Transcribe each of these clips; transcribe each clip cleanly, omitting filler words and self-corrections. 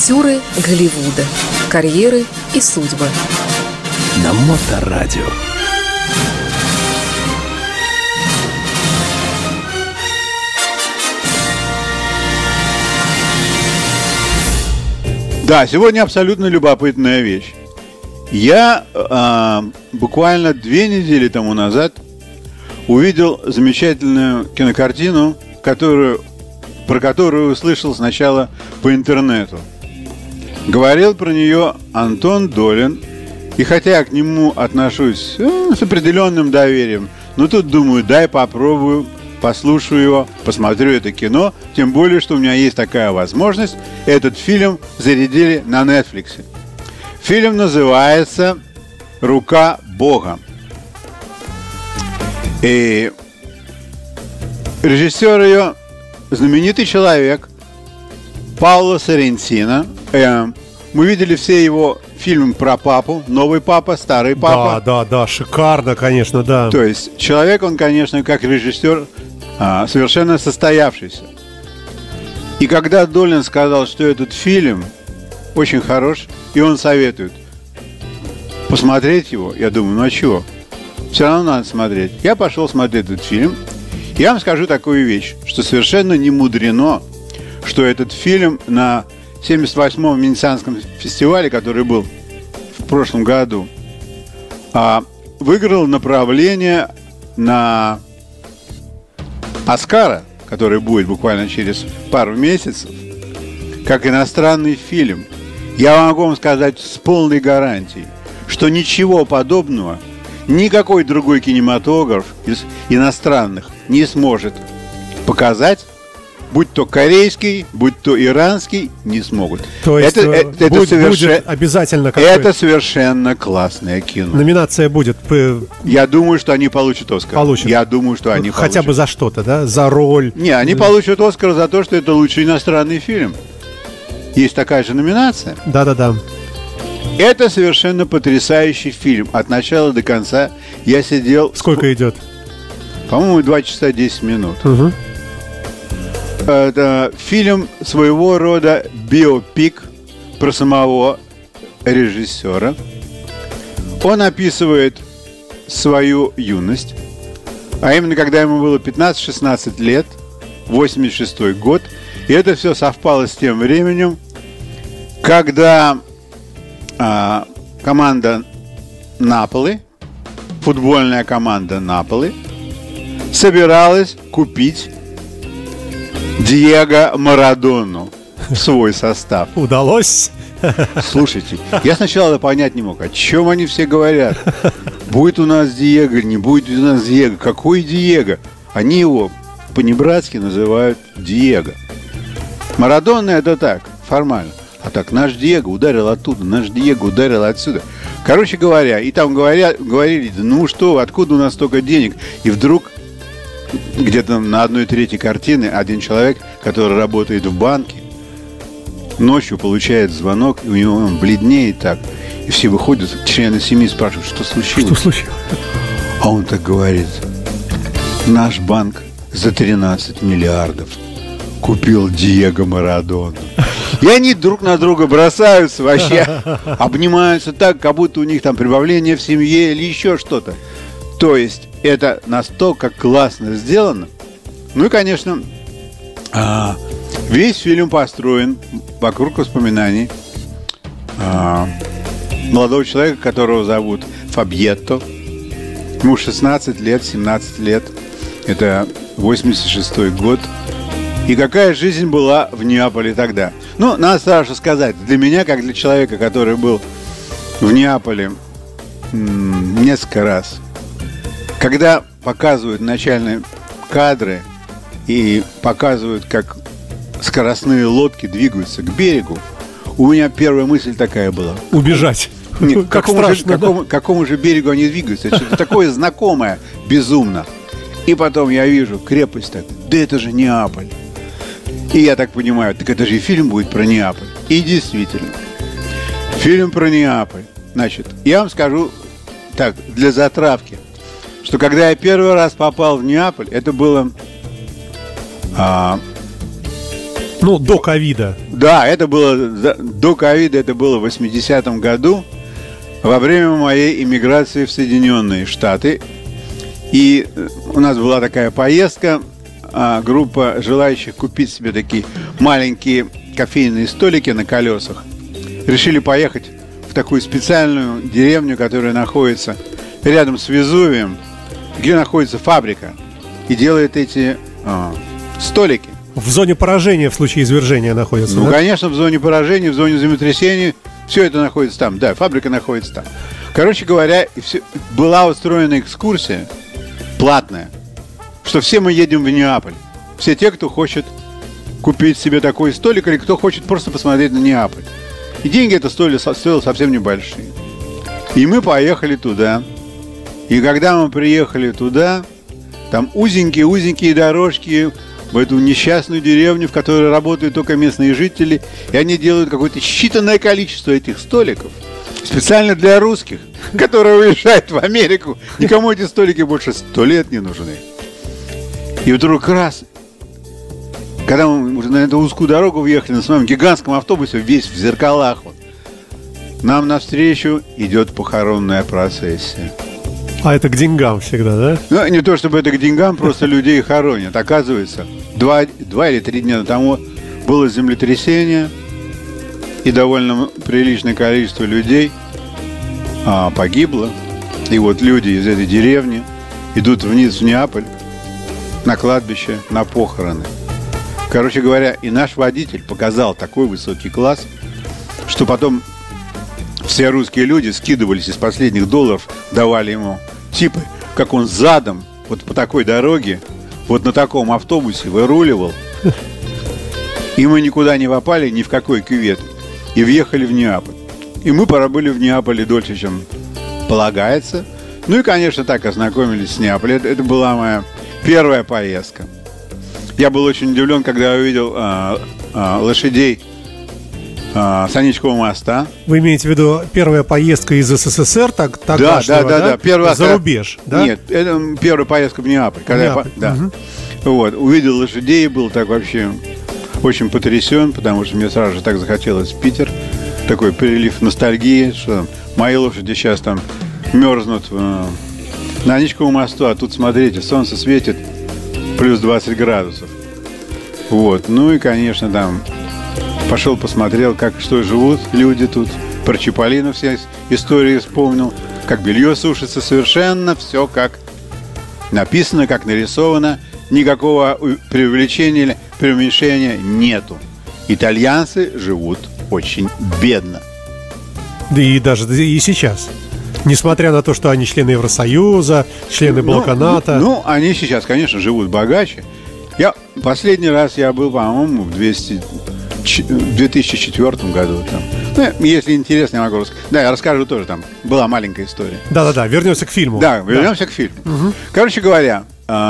Актеры Голливуда. Карьеры и судьбы. На Моторадио. Да, сегодня абсолютно любопытная вещь. Я буквально 2 недели тому назад увидел замечательную кинокартину, про которую услышал сначала по интернету. Говорил про нее Антон Долин. И хотя я к нему отношусь с определенным доверием, но тут думаю, дай попробую, послушаю его, посмотрю это кино. Тем более, что у меня есть такая возможность. Этот фильм зарядили на Netflix. Фильм называется «Рука Бога». И режиссер ее знаменитый человек Паоло Соррентино. Мы видели все его фильмы про папу. Новый папа, старый папа. Да, шикарно, конечно, да. То есть человек, он, конечно, как режиссер совершенно состоявшийся. И когда Долин сказал, что этот фильм очень хорош, и он советует посмотреть его, я думаю, ну а чего? Все равно надо смотреть. Я пошел смотреть этот фильм. Я вам скажу такую вещь, что совершенно не мудрено, что этот фильм на 78-м Венецианском фестивале, который был в прошлом году, выиграл направление на Оскара, который будет буквально через пару месяцев, как иностранный фильм. Я могу вам сказать с полной гарантией, что ничего подобного никакой другой кинематограф из иностранных не сможет показать, будь то корейский, будь то иранский, не смогут. То есть будет обязательно какой-то... Это совершенно классное кино. Номинация будет. Я думаю, что они получат Оскар. Я думаю, что они хотя получат. бы за что-то, да? За роль. Не, они получат Оскар за то, что это лучший иностранный фильм. Есть такая же номинация. Да. Это совершенно потрясающий фильм. От начала до конца я сидел... Сколько идет? По-моему, 2 часа 10 минут. Угу. Это фильм своего рода биопик про самого режиссера. Он описывает свою юность, а именно когда ему было 15-16 лет, 86-й год. И это все совпало с тем временем, когда команда Наполи, футбольная команда Наполи, собиралась купить Диего Марадону в свой состав. Удалось? Слушайте, я сначала понять не мог, о чем они все говорят. Будет у нас Диего, не будет у нас Диего. Какой Диего? Они его по-небратски называют Диего. Марадона это так, формально. А так, наш Диего ударил оттуда, наш Диего ударил отсюда. Короче говоря, и там говорили, ну что, откуда у нас столько денег? И вдруг где-то на 1/3 картины один человек, который работает в банке, ночью получает звонок, и у него он бледнеет так. И все выходят, члены семьи спрашивают, что случилось? Что случилось? А он так говорит: наш банк за 13 миллиардов купил Диего Марадону. И они друг на друга бросаются вообще, обнимаются так, как будто у них там прибавление в семье или еще что-то. То есть это настолько классно сделано. Ну и, конечно, весь фильм построен вокруг воспоминаний молодого человека, которого зовут Фабьетто. Ему 16 лет, 17 лет. Это 86-й год. И какая жизнь была в Неаполе тогда? Ну, надо сразу сказать, для меня, как для человека, который был в Неаполе несколько раз, когда показывают начальные кадры и показывают, как скоростные лодки двигаются к берегу, у меня первая мысль такая была: убежать. Нет, к какому же берегу они двигаются? Это что-то такое знакомое, безумно. И потом я вижу крепость так, да это же Неаполь. И я так понимаю, так это же фильм будет про Неаполь. И действительно, фильм про Неаполь. Значит, я вам скажу так, для затравки, что когда я первый раз попал в Неаполь, это было Ну, до ковида. Да, это было до ковида, это было в 80-м году, во время моей иммиграции в Соединенные Штаты. И у нас была такая поездка, группа желающих купить себе такие маленькие кофейные столики на колесах. Решили поехать в такую специальную деревню, которая находится рядом с Везувием, где находится фабрика и делает эти столики. В зоне поражения в случае извержения находится. Ну, да? конечно, в зоне поражения, в зоне землетрясения. Все это находится там. Да, фабрика находится там. Короче говоря, была устроена экскурсия платная, что все мы едем в Неаполь. Все те, кто хочет купить себе такой столик, или кто хочет просто посмотреть на Неаполь. И деньги это стоило совсем небольшие. И мы поехали туда. И когда мы приехали туда, там узенькие дорожки в эту несчастную деревню, в которой работают только местные жители, и они делают какое-то считанное количество этих столиков специально для русских, которые уезжают в Америку. Никому эти столики больше 100 лет не нужны. И вдруг раз, когда мы уже на эту узкую дорогу въехали на своем гигантском автобусе, весь в зеркалах, вот, нам навстречу идет похоронная процессия. А это к деньгам всегда, да? Ну, не то чтобы это к деньгам, просто людей хоронят. Оказывается, 2 или 3 дня тому было землетрясение, и довольно приличное количество людей погибло. И вот люди из этой деревни идут вниз в Неаполь на кладбище, на похороны. Короче говоря, и наш водитель показал такой высокий класс, что потом все русские люди скидывались из последних долларов, давали ему типы, как он задом вот по такой дороге, вот на таком автобусе выруливал. И мы никуда не попали, ни в какой кювет. И въехали в Неаполь. И мы пробыли в Неаполе дольше, чем полагается. Ну и, конечно, так ознакомились с Неаполем. Это была моя первая поездка. Я был очень удивлен, когда увидел лошадей Саничкового моста. Вы имеете в виду первая поездка из СССР тогдашнего, да. Первая, за рубеж, да? Нет, это первая поездка в Неаполь. Когда Вот, увидел лошадей, был так вообще очень потрясен, потому что мне сразу же так захотелось в Питер. Такой прилив ностальгии, что мои лошади сейчас там мерзнут на Аничковом мосту, а тут, смотрите, солнце светит, плюс 20 градусов. Вот, ну и, конечно, там пошел, посмотрел, что живут люди тут. Про Чиполлино все истории вспомнил, как белье сушится, совершенно все как написано, как нарисовано. Никакого преувеличения или преуменьшения нету. Итальянцы живут очень бедно. Да и даже и сейчас. Несмотря на то, что они члены Евросоюза, члены блока НАТО. Ну, они сейчас, конечно, живут богаче. Последний раз я был, по-моему, в 2004 году. Там. Ну, если интересно, я могу рассказать. Да, я расскажу тоже, там была маленькая история. Да, вернемся к фильму. Да, вернемся к фильму. Угу. Короче говоря,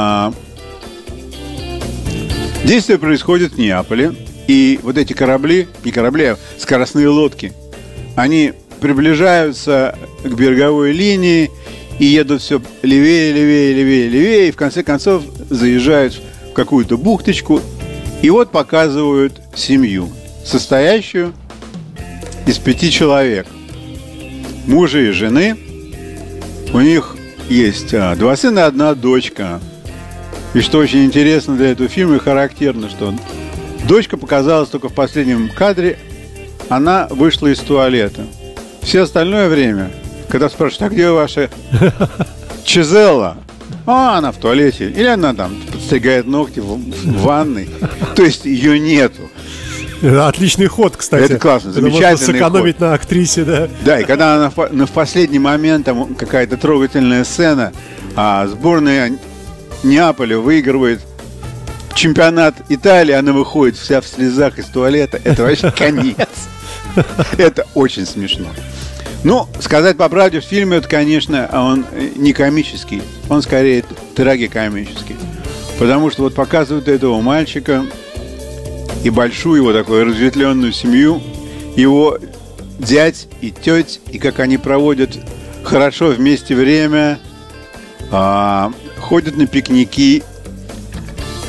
действие происходит в Неаполе. И вот эти корабли, не корабли, а скоростные лодки, они приближаются к береговой линии и едут все левее, и в конце концов заезжают в какую-то бухточку. И вот показывают семью, состоящую из 5 человек. Мужа и жены. У них есть 2 сына и 1 дочка. И что очень интересно для этого фильма и характерно, что дочка показалась только в последнем кадре. Она вышла из туалета. Все остальное время, когда спрашивают, а где ваша Чизелла? Она в туалете. Или она там подстригает ногти в ванной. То есть ее нету. Отличный ход, кстати. Это классно, замечательный можно сэкономить ход на актрисе, да. Да, и когда она в последний момент, там какая-то трогательная сцена, сборная Неаполя выигрывает чемпионат Италии, она выходит вся в слезах из туалета. Это вообще конец. Это очень смешно. Ну, сказать по правде, в фильме это, конечно, он не комический. Он скорее трагикомический. Потому что вот показывают этого мальчика и большую его такую разветвленную семью, его дядь и теть, и как они проводят хорошо вместе время, ходят на пикники.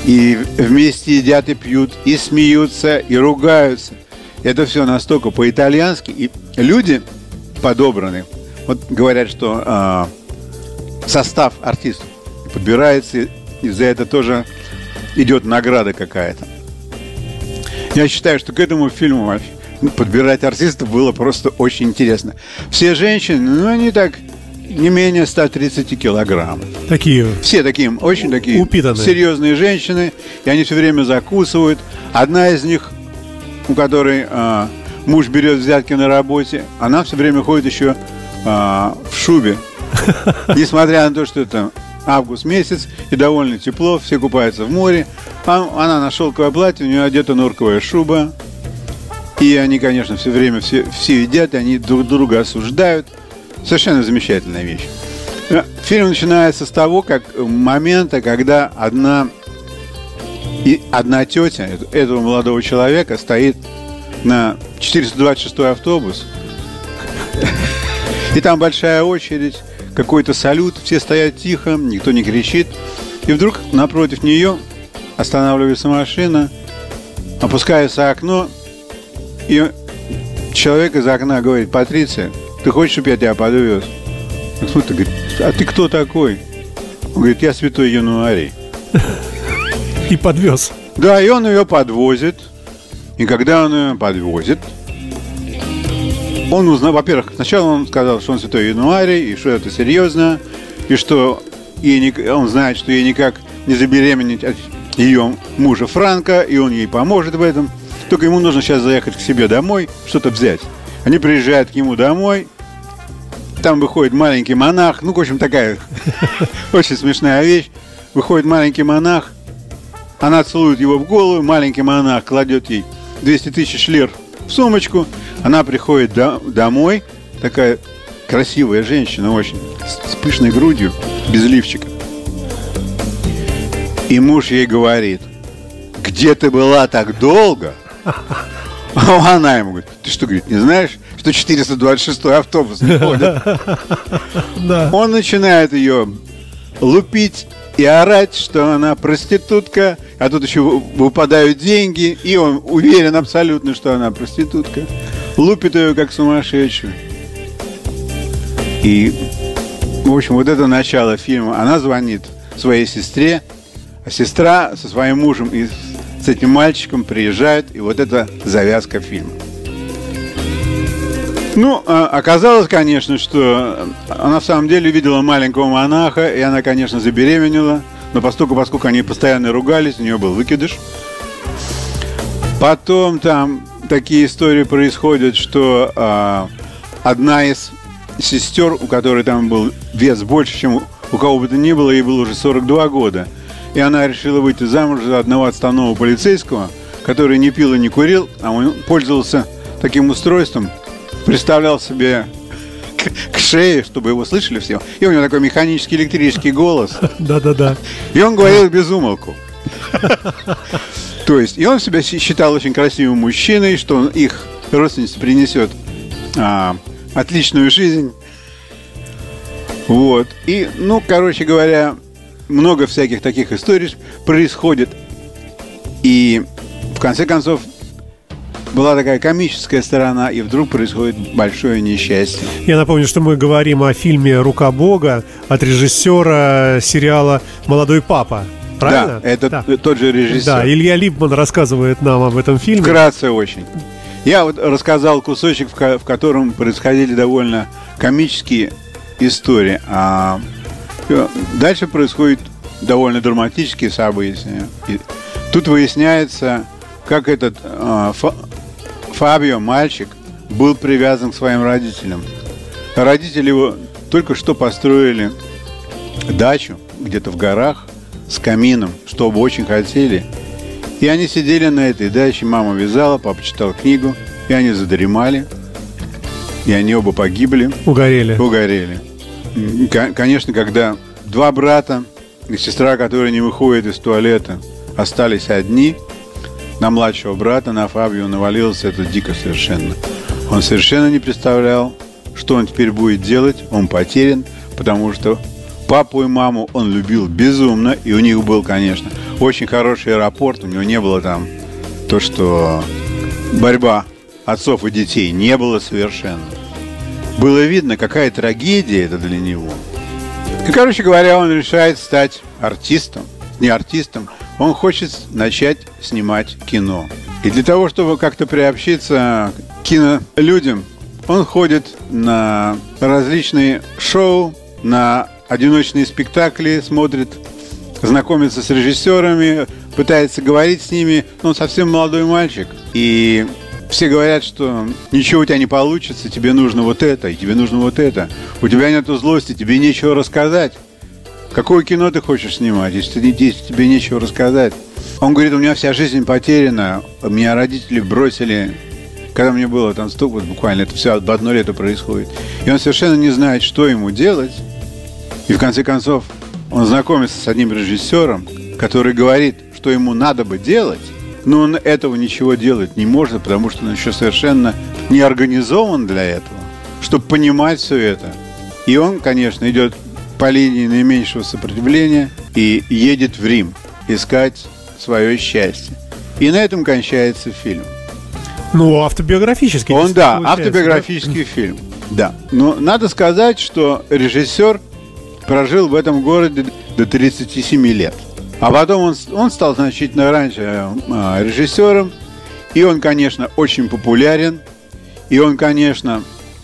И вместе едят и пьют, и смеются, и ругаются. Это все настолько по-итальянски. И люди подобраны. Вот говорят, что состав артистов подбирается, и за это тоже идет награда какая-то. Я считаю, что к этому фильму вообще подбирать артистов было просто очень интересно. Все женщины, они так не менее 130 килограмм. Такие. Все такие, очень такие упитанные. Серьезные женщины, и они все время закусывают. Одна из них, у которой муж берет взятки на работе, она все время ходит еще в шубе. Несмотря на то, что это август месяц и довольно тепло, все купаются в море. Она на шелковое платье, у нее одета норковая шуба. И они, конечно, все время все едят, и они друг друга осуждают. Совершенно замечательная вещь. Фильм начинается с того, момента, когда одна тетя этого молодого человека стоит на 426-й автобус. И там большая очередь, какой-то салют, все стоят тихо, никто не кричит. И вдруг напротив нее останавливается машина, опускается окно, и человек из окна говорит: «Патриция, ты хочешь, чтобы я тебя подвез?» Он смотрит и говорит: «А ты кто такой?» Он говорит: «Я святой Януарий». И подвез. Да, и он ее подвозит. И когда он ее подвозит, он узнал, во-первых, сначала он сказал, что он святой Януарий, и что это серьезно, и что он знает, что ей никак не забеременеть от ее мужа Франка, и он ей поможет в этом. Только ему нужно сейчас заехать к себе домой, что-то взять. Они приезжают к нему домой, там выходит маленький монах, в общем, такая очень смешная вещь. Выходит маленький монах, она целует его в голову, маленький монах кладет ей 200 тысяч лир в сумочку, она приходит домой, такая красивая женщина, очень, с пышной грудью, без лифчика. И муж ей говорит: «Где ты была так долго?» А она ему говорит: «Ты что, говорит, не знаешь, что 426-й автобус не ходит?» Да. Он начинает ее лупить и орать, что она проститутка, а тут еще выпадают деньги, и он уверен абсолютно, что она проститутка. Лупит ее как сумасшедшую. И, в общем, вот это начало фильма. Она звонит своей сестре, а сестра со своим мужем и с этим мальчиком приезжает, и вот это завязка фильма. Оказалось, конечно, что она в самом деле видела маленького монаха, и она, конечно, забеременела, но поскольку они постоянно ругались, у нее был выкидыш. Потом там такие истории происходят, что одна из сестер, у которой там был вес больше, чем у кого бы то ни было, ей было уже 42 года, и она решила выйти замуж за одного отставного полицейского, который не пил и не курил, а он пользовался таким устройством, приставлял себе к шее, чтобы его слышали все. И у него такой механический электрический голос. Да-да-да. И он говорил без умолку. То есть, и он себя считал очень красивым мужчиной, что он их родственнице принесет отличную жизнь. Вот. И, короче говоря, много всяких таких историй происходит. И, в конце концов, была такая комическая сторона, и вдруг происходит большое несчастье. Я напомню, что мы говорим о фильме «Рука Бога» от режиссера сериала «Молодой папа». Правильно? Да, это тот же режиссер. Да, Илья Либман рассказывает нам об этом фильме. Вкратце очень. Я вот рассказал кусочек, в котором происходили довольно комические истории. А дальше происходят довольно драматические события. И тут выясняется, как этот Фабио, мальчик, был привязан к своим родителям. Родители его только что построили дачу где-то в горах с камином, что оба очень хотели. И они сидели на этой даче, мама вязала, папа читал книгу, и они задремали. И они оба погибли. Угорели. Конечно, когда два брата и сестра, которая не выходит из туалета, остались одни, на младшего брата, на Фабио, навалилось это дико совершенно. Он совершенно не представлял, что он теперь будет делать. Он потерян, потому что папу и маму он любил безумно, и у них был, конечно, очень хороший аэропорт. У него не было там то, что борьба отцов и детей не было совершенно. Было видно, какая трагедия это для него. И, короче говоря, он решает стать артистом. Не артистом, он хочет начать снимать кино. И для того, чтобы как-то приобщиться к кинолюдям, он ходит на различные шоу, на одиночные спектакли, смотрит, знакомится с режиссерами, пытается говорить с ними. Но он совсем молодой мальчик. И все говорят, что ничего у тебя не получится, тебе нужно вот это, и тебе нужно вот это. У тебя нету злости, тебе нечего рассказать. Какое кино ты хочешь снимать, если тебе нечего рассказать? Он говорит, у меня вся жизнь потеряна, меня родители бросили, когда мне было там вот буквально, это все об одно лето происходит. И он совершенно не знает, что ему делать. И в конце концов он знакомится с одним режиссером, который говорит, что ему надо бы делать, но он этого ничего делать не может, потому что он еще совершенно не организован для этого, чтобы понимать все это. И он, конечно, идет по линии наименьшего сопротивления и едет в Рим искать свое счастье. И на этом кончается фильм. Ну, автобиографический. Он, да, автобиографический фильм. Да. Но надо сказать, что режиссер прожил в этом городе до 37 лет. А потом он стал значительно раньше режиссером. И он, конечно, очень популярен. И он, конечно,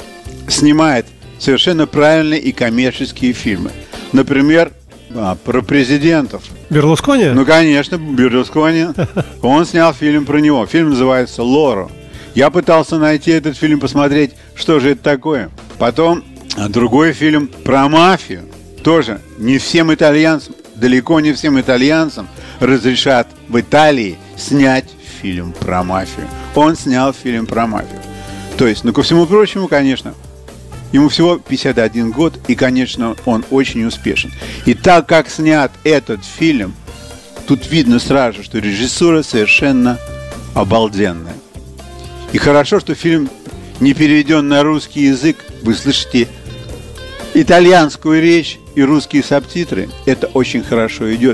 снимает совершенно правильные и коммерческие фильмы. Например, про президентов. Берлускони? Ну, конечно, Берлускони. Он снял фильм про него. Фильм называется «Лоро». Я пытался найти этот фильм, посмотреть, что же это такое. Потом другой фильм про мафию. Тоже не всем итальянцам, далеко не всем итальянцам разрешат в Италии снять фильм про мафию. Он снял фильм про мафию. То есть, ну, ко всему прочему, конечно, ему всего 51 год, и, конечно, он очень успешен. И так как снят этот фильм, тут видно сразу, что режиссура совершенно обалденная. И хорошо, что фильм не переведен на русский язык. Вы слышите итальянскую речь и русские субтитры. Это очень хорошо идет.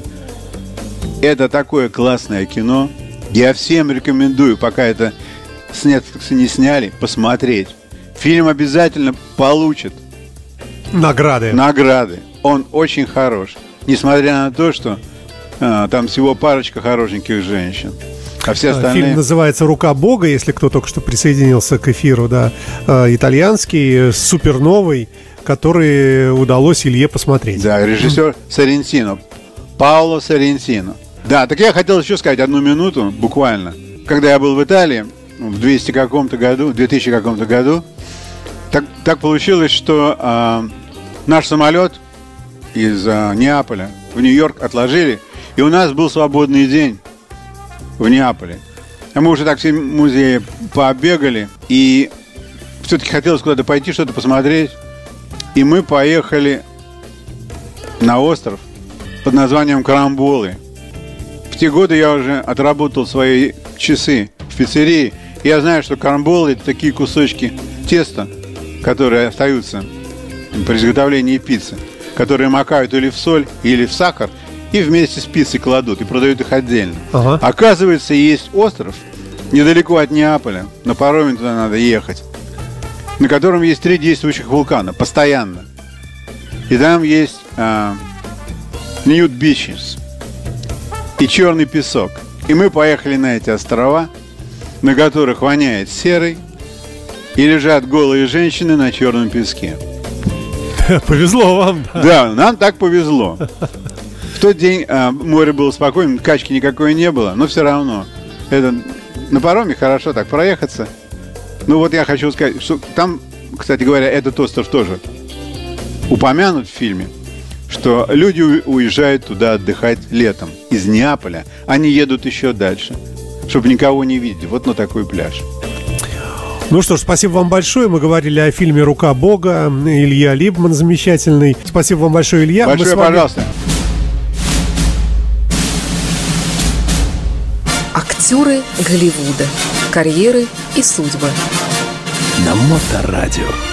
Это такое классное кино. Я всем рекомендую, пока это с Netflix не сняли, посмотреть. Фильм обязательно получит награды. Он очень хорош. Несмотря на то, что там всего парочка хорошеньких женщин. А все остальные... Фильм называется «Рука Бога», если кто только что присоединился к эфиру, да. Итальянский, суперновый, который удалось Илье посмотреть. Да, режиссер Соррентино. Паоло Соррентино. Да, так я хотел еще сказать одну минуту, буквально. Когда я был в Италии в 2000 каком-то году, так получилось, что наш самолет из Неаполя в Нью-Йорк отложили, и у нас был свободный день в Неаполе. А мы уже так все музеи пообегали, и все-таки хотелось куда-то пойти, что-то посмотреть. И мы поехали на остров под названием Карамболы. В те годы я уже отработал свои часы в пиццерии. И я знаю, что карамболы – это такие кусочки теста, которые остаются при изготовлении пиццы, которые макают или в соль, или в сахар, и вместе с пиццей кладут, и продают их отдельно. Ага. Оказывается, есть остров недалеко от Неаполя, на пароме туда надо ехать, на котором есть 3 действующих вулкана, постоянно. И там есть Nude Beaches и черный песок. И мы поехали на эти острова, на которых воняет серой, и лежат голые женщины на черном песке. Повезло вам. Да, нам так повезло. В тот день море было спокойным, качки никакой не было, но все равно. Это на пароме хорошо так проехаться. Ну вот я хочу сказать, что там, кстати говоря, этот остров тоже упомянут в фильме, что люди уезжают туда отдыхать летом из Неаполя. Они едут еще дальше, чтобы никого не видеть. Вот на такой пляж. Ну что ж, спасибо вам большое. Мы говорили о фильме «Рука Бога». Илья Либман замечательный. Спасибо вам большое, Илья. Большое, пожалуйста. Актеры Голливуда. Карьеры и судьбы. На Моторадио.